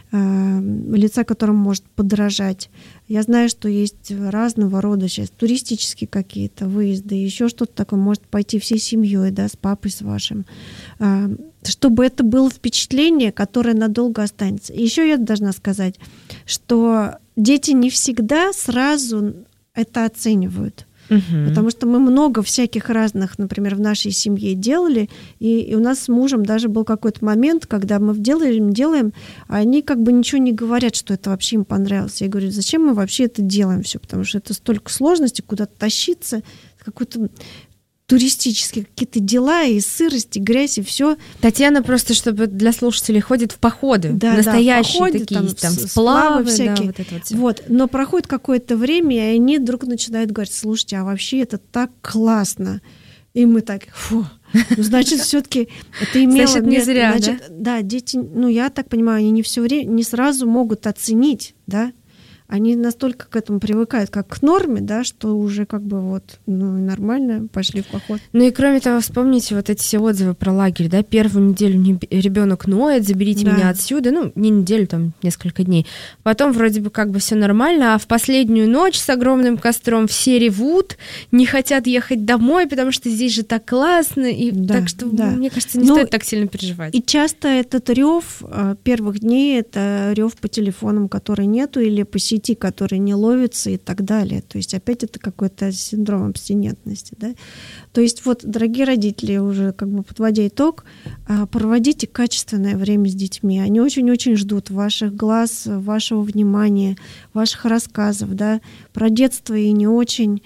E: э, лица, которому может подражать. Я знаю, что есть разного рода сейчас туристические какие-то выезды, еще что-то такое, может пойти всей семьей, да, с папой, с вашим, э, чтобы это было впечатление, которое надолго останется. И еще я должна сказать, что дети не всегда сразу это оценивают.
D: Угу.
E: Потому что мы много всяких разных, например, в нашей семье делали, и, и у нас с мужем даже был какой-то момент, когда мы делаем, делаем, а они как бы ничего не говорят, что это вообще им понравилось. Я говорю, зачем мы вообще это делаем все, потому что это столько сложностей, куда-то тащиться, какой-то туристические какие-то дела, и сырость, и грязь, и все.
D: Татьяна просто, чтобы для слушателей, ходит в походы,
E: да,
D: настоящие
E: да, походы,
D: такие,
E: там,
D: там
E: сплавы,
D: сплавы
E: всякие.
D: Да, вот это вот всё.
E: Вот. Но проходит какое-то время, и они вдруг начинают говорить, слушайте, а вообще это так классно. И мы так, фу, ну, значит, все-таки это имело
D: значит, не
E: место.
D: зря,
E: значит,
D: да?
E: Да, дети, ну, я так понимаю, они не все время, не сразу могут оценить, да, они настолько к этому привыкают, как к норме, да, что уже как бы вот, ну, нормально, пошли в поход.
D: Ну и кроме того, вспомните вот эти все отзывы про лагерь, да, первую неделю ребенок ноет, заберите
E: да.
D: меня отсюда, ну, не неделю, там, несколько дней. Потом вроде бы как бы все нормально, а в последнюю ночь с огромным костром все ревут, не хотят ехать домой, потому что здесь же так классно, и
E: да,
D: так что,
E: да.
D: мне кажется, не
E: ну,
D: стоит так сильно переживать.
E: И часто этот рев первых дней, это рев по телефонам, который нету, или по сети, который не ловится и так далее. То есть опять это какой-то синдром абстинентности. Да? То есть вот, дорогие родители, уже как бы подводя итог, проводите качественное время с детьми. Они очень-очень ждут ваших глаз, вашего внимания, ваших рассказов, да? Про детство и не очень.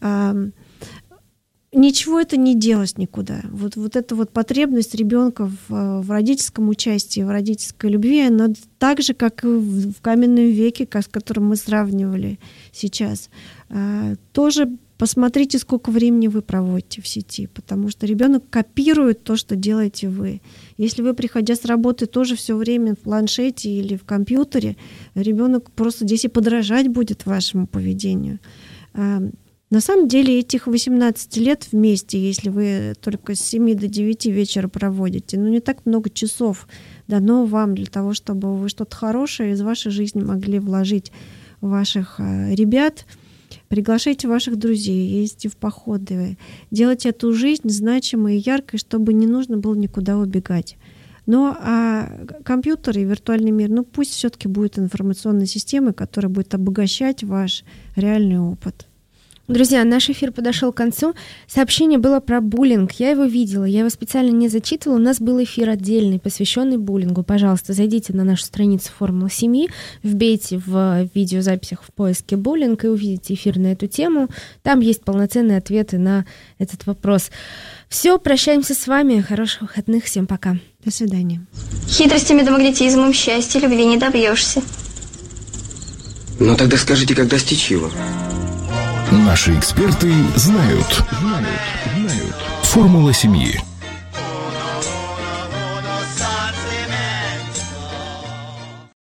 E: Ничего это не делось никуда. Вот, вот эта вот потребность ребенка в, в родительском участии, в родительской любви, она так же, как и в, в каменном веке, с которым мы сравнивали сейчас. А, тоже посмотрите, сколько времени вы проводите в сети, потому что ребенок копирует то, что делаете вы. Если вы, приходя с работы, тоже все время в планшете или в компьютере, ребенок просто здесь и подражать будет вашему поведению. А, На самом деле этих восемнадцать лет вместе, если вы только с семи до девяти вечера проводите, ну не так много часов дано вам для того, чтобы вы что-то хорошее из вашей жизни могли вложить в ваших ребят. Приглашайте ваших друзей, ездите в походы, делайте эту жизнь значимой и яркой, чтобы не нужно было никуда убегать. Но а компьютер и виртуальный мир, ну пусть все-таки будет информационной системой, которая будет обогащать ваш реальный опыт.
D: Друзья, наш эфир подошел к концу. Сообщение было про буллинг. Я его видела, я его специально не зачитывала. У нас был эфир отдельный, посвященный буллингу. Пожалуйста, зайдите на нашу страницу «Формула семьи», вбейте в видеозаписях в поиске «буллинг» и увидите эфир на эту тему. Там есть полноценные ответы на этот вопрос. Все, прощаемся с вами. Хороших выходных. Всем пока.
E: До свидания.
A: Хитростями да магнетизмом счастья любви не добьешься.
B: Ну тогда скажите, как достичь его?
C: Наши эксперты знают. Знают. Знают. Формула семьи.